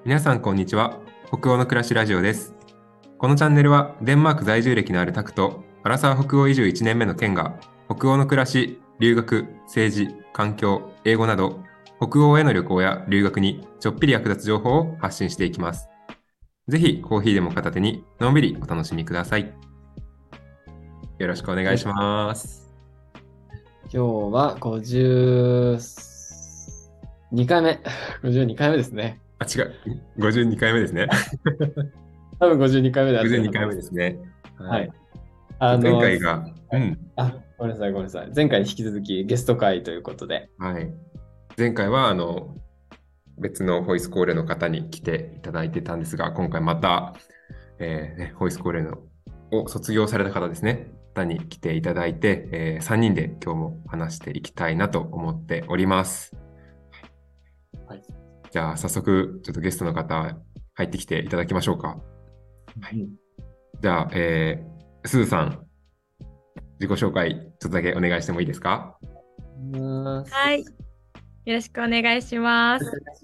皆さんこんにちは。北欧の暮らしラジオです。このチャンネルはデンマーク在住歴のあるタクとアラサー北欧移住1年目のケンが北欧の暮らし、留学、政治、環境、英語など北欧への旅行や留学にちょっぴり役立つ情報を発信していきます。ぜひコーヒーでも片手にのんびりお楽しみください。よろしくお願いします。 今日は52回目。52回目ですね。 あ、違う。52回目ですね。 多分52回目であってる 52 はず回目ですね。 はい。 前回が、 ごめんなさい、ごめんなさい。前回に引き続きゲスト会ということで。 はい。前回は別のホイスコーレの方に来ていただいてたんですが、今回また、ホイスコーレを卒業された方ですね、方に来ていただいて、3人で今日も話していきたいなと思っております。 はい、 じゃあ早速ちょっとゲストの方入ってきていただきましょうか。はい、じゃあ、すずさん、自己紹介ちょっとだけお願いしてもいいですか？ はい。よろしくお願いします。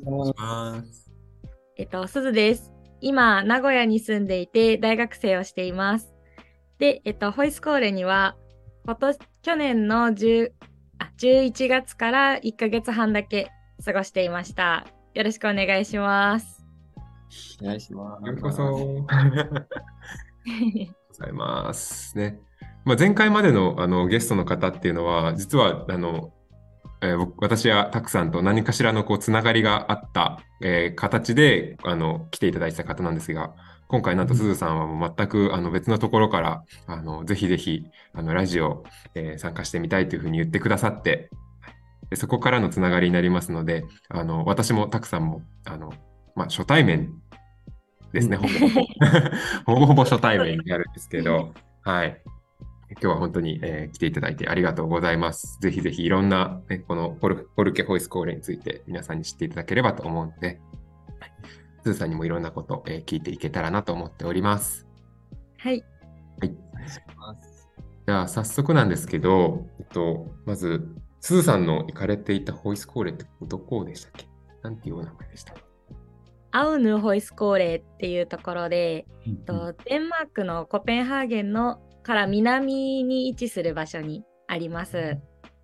すずです。今、名古屋に住んでいて、大学生をしています。で、ホイスコーレには、去年の11月から1ヶ月半だけ過ごしていました。よろしくお願いします。 お願いします。 ようこそ。ありがとうございますね。前回までの、ゲストの方っていうのは、実は私やたくさんと何かしらのつながりがあった、形で来ていただいた方なんですが、今回なんとすずさんはもう全く別のところからぜひぜひラジオ、参加してみたいというふうに言ってくださって、でそこからのつながりになりますので、私もたくさんも初対面ですね、ほぼほぼほぼほぼ初対面になるんですけど、はい。今日は本当に、来ていただいてありがとうございます。ぜひぜひいろんな、このホルケホイスコーレについて皆さんに知っていただければと思うので、すずさんにもいろんなこと、聞いていけたらなと思っております。 はい。 はい。じゃあ早速なんですけど、まず、すずさんの行かれていたホイスコーレってどこでしたっけ？なんていうお名前でしたか？ アウヌホイスコーレっていうところで、デンマークのコペンハーゲンのから南に位置する場所にあります。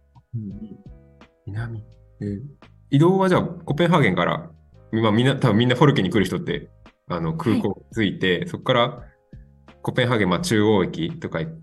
南、移動はじゃあコペンハーゲンから、多分みんなフォルケに来る人って空港着いて、そこからコペンハーゲン、中央駅とか行って、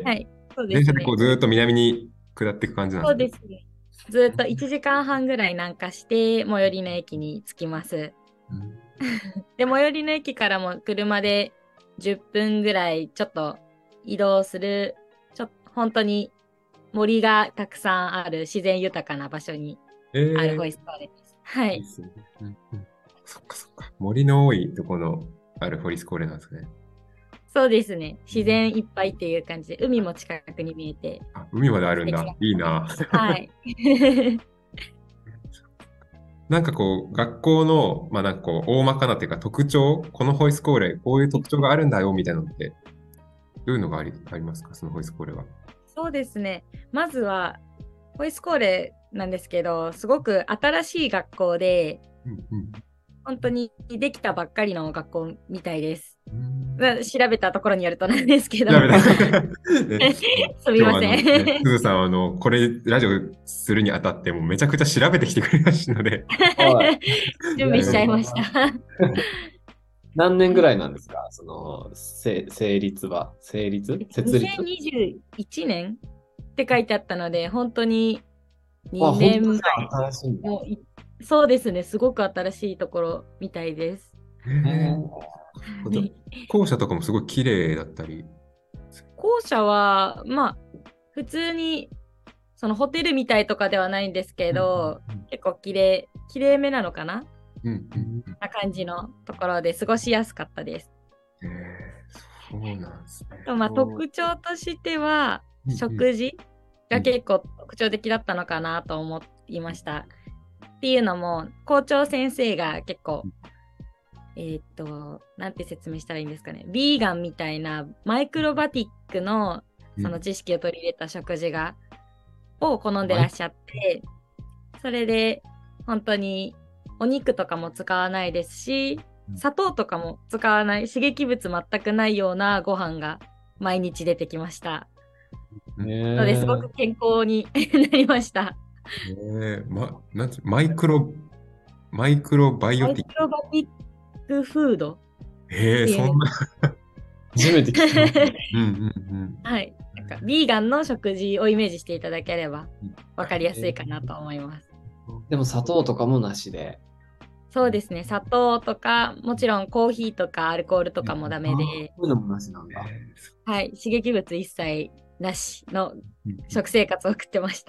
はい、そうですね。 電車でずっと南に下っていく感じなんそうですね。 ですね。ずっと1時間半ぐらい南下して最寄りの駅に着きます。で、最寄りの駅からも車で10分ぐらいちょっと移動する、本当に森がたくさんある自然豊かな場所にあるホイスコーレです。はい。 そっかそっか。森の多いところのあるホイスコーレなんですね。 そうですね。自然いっぱいっていう感じで、海も近くに見えて。 海まであるんだ。いいな。 はい。 なんか学校の、大まかなっていうか特徴、このホイスコーレ、こういう特徴があるんだよみたいなのって、どういうのがありますか、そのホイスコーレは。 そうですね。まずは、ホイスコーレなんですけど、すごく新しい学校で、本当にできたばっかりの学校みたいです。調べたところによるとなんですけど。すみません。 すずさん、これラジオするにあたってもめちゃくちゃ調べてきてくれましたので。 準備しちゃいました。 何年ぐらいなんですか、その成立は。設立 2021年って書いてあったので、本当に2年前。そうですね、すごく新しいところみたいです。 校舎とかもすごい綺麗だったり。 校舎は、普通にそのホテルみたいとかではないんですけど、結構綺麗めなのかな、な感じのところで過ごしやすかったです。 そうなんですね。 特徴としては、食事が結構特徴的だったのかなと思いました。っていうのも、校長先生が結構、なんて説明したらいいんですかね。ビーガンみたいなマイクロバティックのその知識を取り入れた食事を好んでらっしゃって、それで本当にお肉とかも使わないですし、 砂糖とかも使わない、刺激物全くないようなご飯が毎日出てきました。のですごく健康になりました。 マイクロバイオティック。 マイクロバイオティックフード。 そんな。 初めて聞きました。 はい。なんかビーガンの食事をイメージしていただければ分かりやすいかなと思います。 でも砂糖とかもなしで。 そうですね。砂糖とか、もちろんコーヒーとかアルコールとかもダメで。 そういうのもなしなんだ。 はい。刺激物一切なしの食生活を送ってました。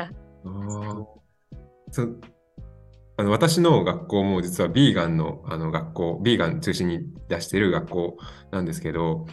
私の学校も実はビーガンの、学校、ビーガン中心に出している学校なんですけど、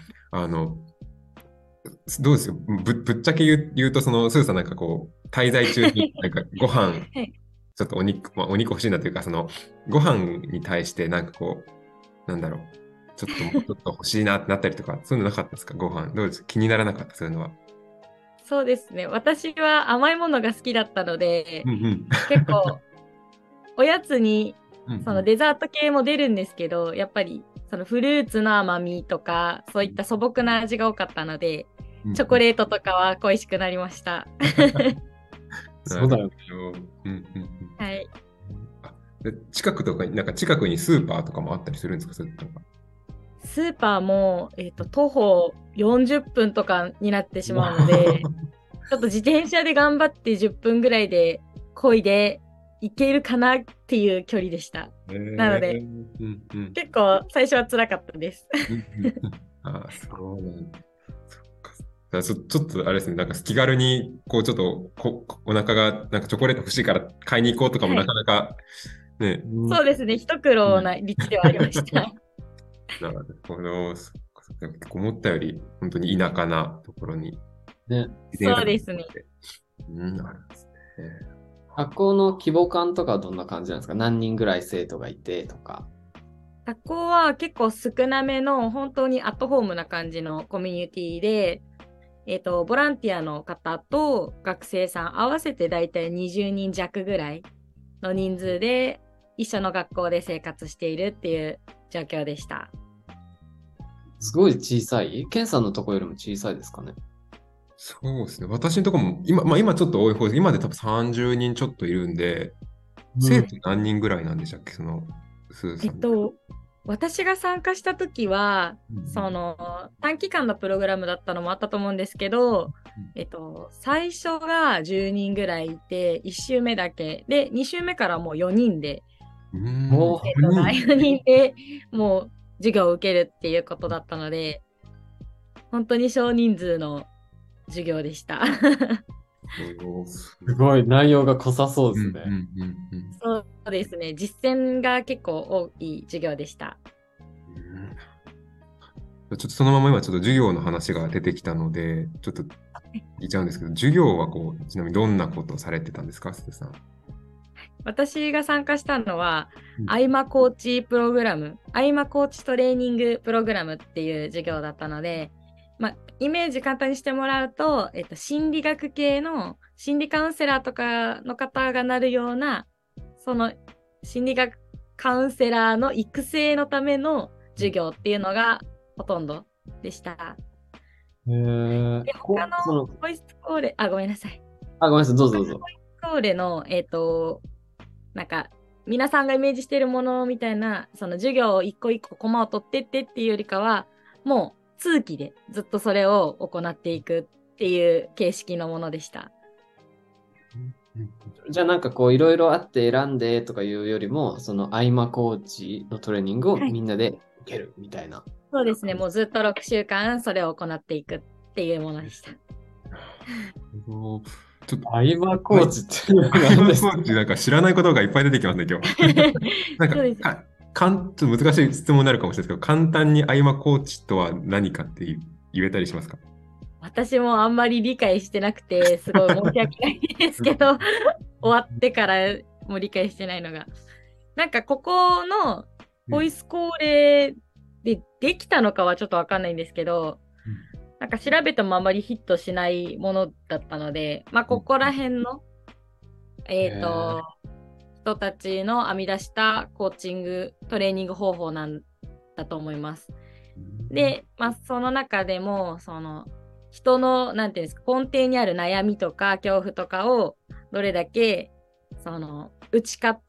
どうですよ、ぶっちゃけ言うと、スーさんなんかこう、滞在中になんかご飯、ちょっとお肉欲しいなというか、ご飯に対してなんかこう、なんだろう、ちょっと欲しいなってなったりとか、そういうのなかったですか？ご飯。どうです？気にならなかった、そういうのは。 そうですね。私は甘いものが好きだったので、結構、おやつにそのデザート系も出るんですけど、やっぱりそのフルーツの甘みとかそういった素朴な味が多かったので、チョコレートとかは恋しくなりました。 そうだよ。 はい。 近くとかなんか近くにスーパーとかもあったりするんですか？そういうのが。 スーパーも、徒歩40分とかになってしまうので、ちょっと自転車で頑張って10分ぐらいで漕いでいけるかなっていう距離でした。なので、結構最初は辛かったです。 そうなんだ。ちょっとあれですね、なんか気軽にこうちょっとお腹がなんかチョコレート欲しいから買いに行こうとかもなかなかね。 そうですね、一苦労な立地ではありました。 なるほど。思ったより本当に田舎なところに。 そうですね。 なるんですね。 学校の規模感とかはどんな感じなんですか？何人ぐらい生徒がいてとか。 学校は結構少なめの本当にアットホームな感じのコミュニティで、ボランティアの方と学生さん合わせてだいたい20人弱ぐらいの人数で一緒の学校で生活しているっていう状況でした。 すごい小さい？ケンさんのところよりも小さいですかね？ そうですね。私のところも今ちょっと多い方です。今で多分30人ちょっといるんで、生徒何人ぐらいなんでしたっけ？スーさん。 私が参加した時は、その短期間のプログラムだったのもあったと思うんですけど、最初が10人ぐらいいて、1週目だけで、2週目からもう4人で、生徒が4人でもう授業を受けるっていうことだったので、本当に少人数の授業でした。 すごい内容が濃さそうですね。 そうですね。実践が結構多い授業でした。 ちょっとそのまま今ちょっと授業の話が出てきたので、ちょっと聞いちゃうんですけど、授業はちなみにどんなことをされてたんですか、ステさん。 私が参加したのは、合間コーチプログラム、合間コーチトレーニングプログラムっていう授業だったので、イメージ簡単にしてもらうと、心理学系の心理カウンセラーとかの方がなるような、その心理学カウンセラーの育成のための授業っていうのがほとんどでした。で、他のボイスコーレ、ごめんなさい。 ごめんなさい、どうぞどうぞ。 ボイスコーレの、なんか、皆さんがイメージしているものみたいな、その授業を一個一個コマを取ってってっていうよりかは、もう通期でずっとそれを行っていくっていう形式のものでした。 じゃあなんかこういろいろあって選んでとかいうよりも、その合間コーチのトレーニングをみんなで受けるみたいな。 そうですね。もうずっと6週間それを行っていくっていうものでした。 ちょっと合間コーチっていうのが何ですか？合間コーチなんか知らないことがいっぱい出てきますね、今日。なんかちょっと難しい質問になるかもしれないですけど、簡単に合間コーチとは何かって言えたりしますか？ 私もあんまり理解してなくて、すごい申し訳ないですけど、終わってからも理解してないのが。なんかここのボイスコーレでできたのかはちょっとわかんないんですけど、なんか調べてもあまりヒットしないものだったので、ここら辺の、人たちの編み出したコーチング、トレーニング方法なんったと思います。で、その中でも人のなんていうんですか、根底にある悩みとか恐怖とかをどれだけ打ち勝って、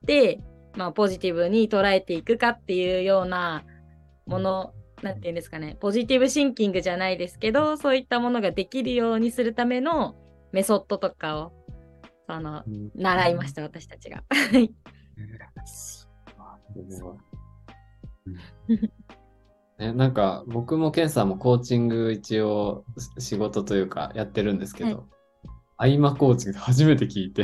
ポジティブに捉えていくかっていうようなもの、なんていうんですかね、ポジティブシンキングじゃないですけど、そういったものができるようにするためのメソッドとかを習いました、私たちが。 なんか僕もケンさんもコーチング一応仕事というかやってるんですけど、合間コーチング初めて聞いて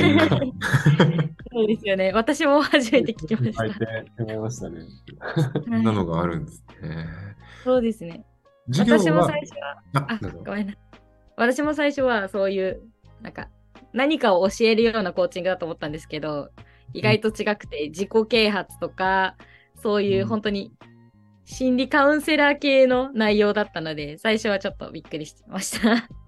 そうですよね。私も初めて聞きました。 思いましたね。 そんなのがあるんですね。 そうですね。 授業は私も最初は、ごめんなさい。私も最初はそういう何かを教えるようなコーチングだと思ったんですけど、意外と違くて自己啓発とかそういう本当に心理カウンセラー系の内容だったので、最初はちょっとびっくりしてました。 なる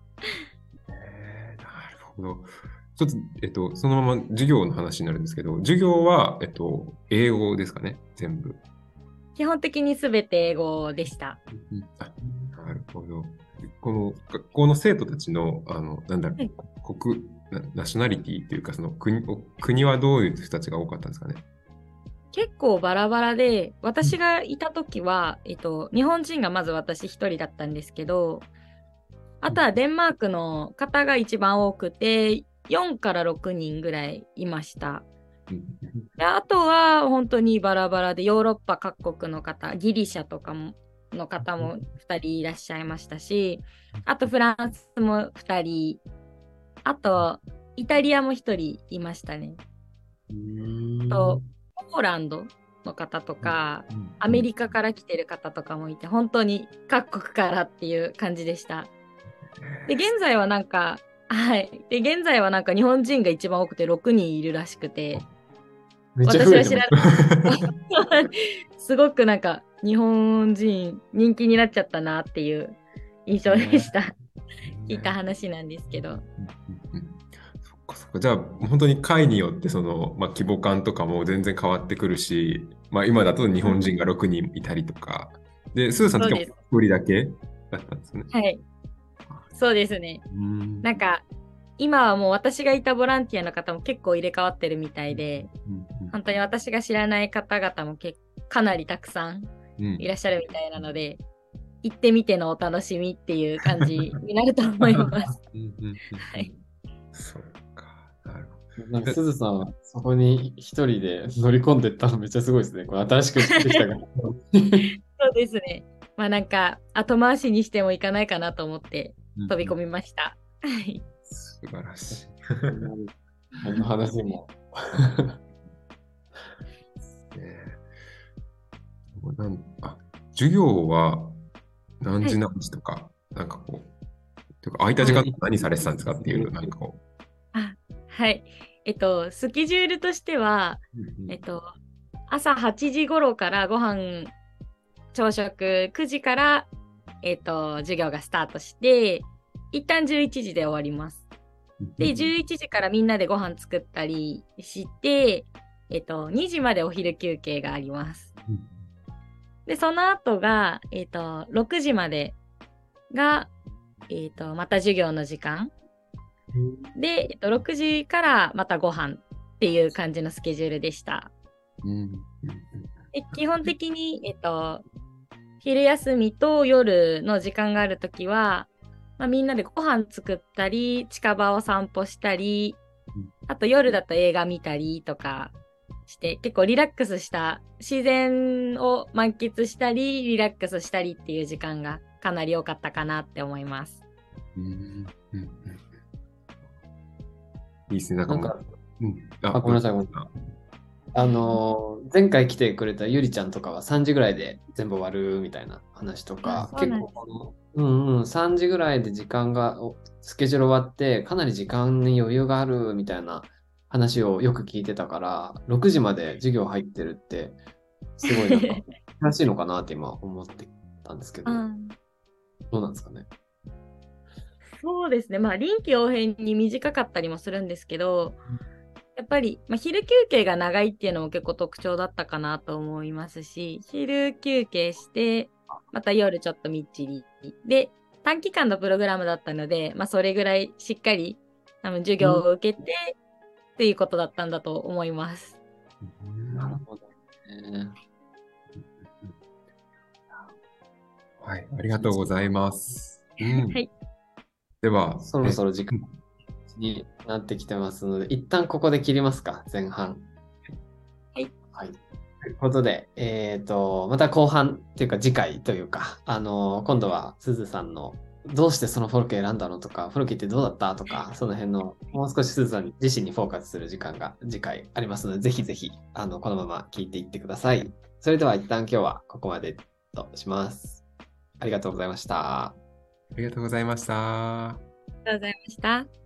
ほど。ちょっと、そのまま授業の話になるんですけど、授業は、英語ですかね、全部。 基本的に全て英語でした。 なるほど。この学校の生徒たちの、ナショナリティというか、国はどういう人たちが多かったんですかね。 結構バラバラで、私がいた時は、日本人がまず私一人だったんですけど、あとはデンマークの方が一番多くて、4から6人ぐらいいました。で、あとは本当にバラバラで、ヨーロッパ各国の方、ギリシャとかの方も2人いらっしゃいましたし、あとフランスも2人、あとイタリアも1人いましたね。とポーランドの方とか、アメリカから来てる方とかもいて、本当に各国からっていう感じでした。で、現在は現在は日本人が一番多くて6人いるらしくて、私は知らない。すごく日本人人気になっちゃったなっていう印象でした。聞いた話なんですけど。 そっか。じゃあ本当に会によって規模感とかも全然変わってくるし、今だと日本人が6人いたりとか。で、スーさんの時は1人だけだったんですね。 はい。そうですね。今はもう私がいたボランティアの方も結構入れ替わってるみたいで、本当に私が知らない方々もかなりたくさんいらっしゃるみたいなので、行ってみてのお楽しみっていう感じになると思います。はい。 そうか。なるほど。すずさんはそこに一人で乗り込んでったのめっちゃすごいですね。これ新しく知ってきたから。 そうですね。後回しにしてもいかないかなと思って飛び込みました。 素晴らしい。 この話も。 授業は何時何時とか、空いた時間何されてたんですかっていうのはい。スケジュールとしては、朝8時頃から朝食9時から、授業がスタートして、一旦11時で終わります。で、11時からみんなでご飯作ったりして、2時までお昼休憩があります。で、その後が、6時までが、また授業の時間。で、6時からまたご飯っていう感じのスケジュールでした。で、基本的に、昼休みと夜の時間があるときは、みんなでご飯作ったり、近場を散歩したり、あと夜だと映画見たりとかして、結構リラックスした自然を満喫したり、リラックスしたりっていう時間がかなり多かったかなって思います。 いいですね。 ごめんなさい。前回来てくれたゆりちゃんとかは3時ぐらいで全部終わるみたいな話とか、結構3時ぐらいでスケジュール終わって、かなり時間に余裕があるみたいな話をよく聞いてたから、6時まで授業入ってるって、すごい難しいのかなって今思ってたんですけど、どうなんですかね。 そうですね。臨機応変に短かったりもするんですけど、 やっぱり、昼休憩が長いっていうのも結構特徴だったかなと思いますし、昼休憩して、また夜ちょっとみっちり。で、短期間のプログラムだったので、それぐらいしっかり授業を受けて、っていうことだったんだと思います。 なるほどね。 はい、ありがとうございます。 はい。 では、 そろそろ時間になってきてますので、一旦ここで切りますか、前半。 はい。 はい。ということで、また後半っていうか次回というか、今度はすずさんのどうしてそのフォルケ選んだのとか、フォルケってどうだったとか、その辺のもう少しすずさん自身にフォーカスする時間が次回ありますので、ぜひぜひ、このまま聞いていってください。それでは一旦今日はここまでとします。ありがとうございました。 ありがとうございました。 ありがとうございました。